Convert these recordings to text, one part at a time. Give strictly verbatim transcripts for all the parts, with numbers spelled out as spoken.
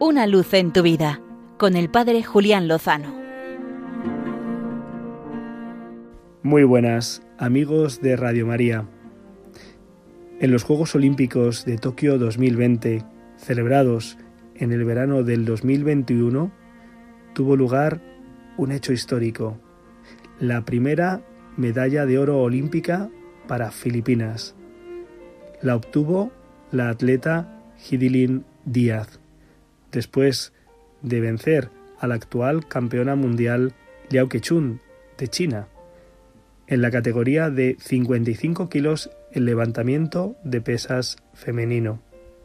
Una luz en tu vida, con el Padre Julián Lozano. Muy buenas, amigos de Radio María. En los Juegos Olímpicos de Tokio dos mil veinte, celebrados en el verano del dos mil veintiuno, tuvo lugar un hecho histórico: la primera medalla de oro olímpica para Filipinas. La obtuvo la atleta Hidilyn Díaz, después de vencer a la actual campeona mundial Liao Quechun, de China, en la categoría de cincuenta y cinco kilos el levantamiento de pesas femenino.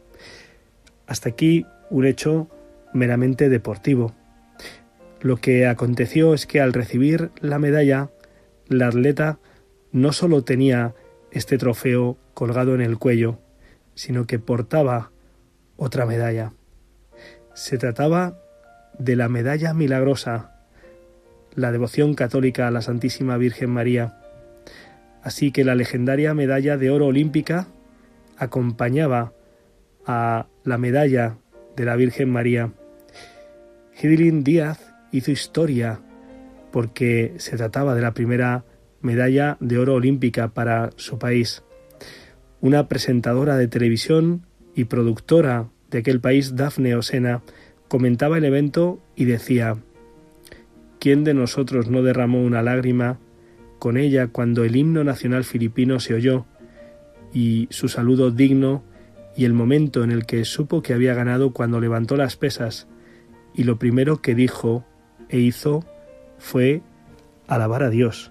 Hasta aquí un hecho meramente deportivo. Lo que aconteció es que al recibir la medalla, la atleta no solo tenía este trofeo colgado en el cuello, sino que portaba otra medalla. Se trataba de la medalla milagrosa, la devoción católica a la Santísima Virgen María. Así que la legendaria medalla de oro olímpica acompañaba a la medalla de la Virgen María. Hidilyn Díaz hizo historia porque se trataba de la primera medalla de oro olímpica para su país. Una presentadora de televisión y productora de aquel país, Dafne Osena, comentaba el evento y decía: ¿quién de nosotros no derramó una lágrima con ella cuando el himno nacional filipino se oyó y su saludo digno y el momento en el que supo que había ganado cuando levantó las pesas y lo primero que dijo e hizo fue alabar a Dios?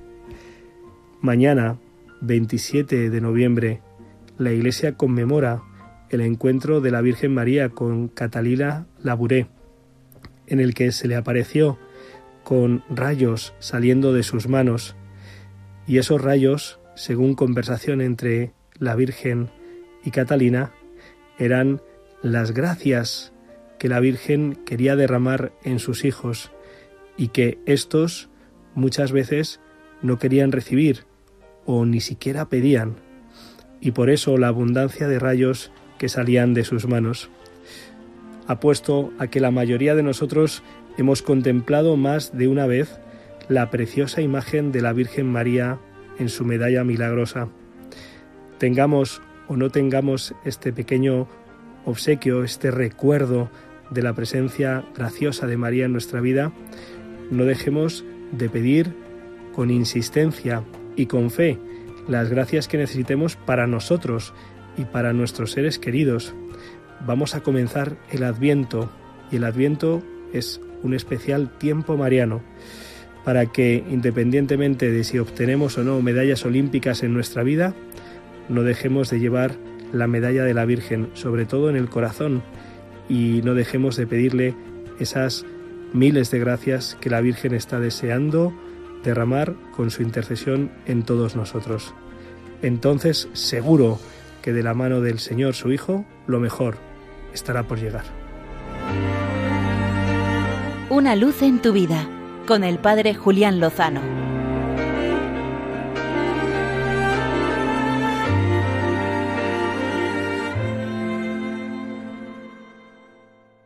Mañana, veintisiete de noviembre, la Iglesia conmemora el encuentro de la Virgen María con Catalina Labouré, en el que se le apareció con rayos saliendo de sus manos, y esos rayos, según conversación entre la Virgen y Catalina, eran las gracias que la Virgen quería derramar en sus hijos y que éstos muchas veces no querían recibir o ni siquiera pedían, y por eso la abundancia de rayos que salían de sus manos. Apuesto a que la mayoría de nosotros hemos contemplado más de una vez la preciosa imagen de la Virgen María en su medalla milagrosa. Tengamos o no tengamos este pequeño obsequio, este recuerdo de la presencia graciosa de María en nuestra vida, no dejemos de pedir con insistencia y con fe las gracias que necesitemos para nosotros y para nuestros seres queridos. Vamos a comenzar el Adviento, y el Adviento es un especial tiempo mariano, para que, independientemente de si obtenemos o no medallas olímpicas en nuestra vida, no dejemos de llevar la medalla de la Virgen, sobre todo en el corazón, y no dejemos de pedirle esas miles de gracias que la Virgen está deseando derramar con su intercesión en todos nosotros. Entonces, seguro que de la mano del Señor, su Hijo, lo mejor estará por llegar. Una luz en tu vida, con el Padre Julián Lozano.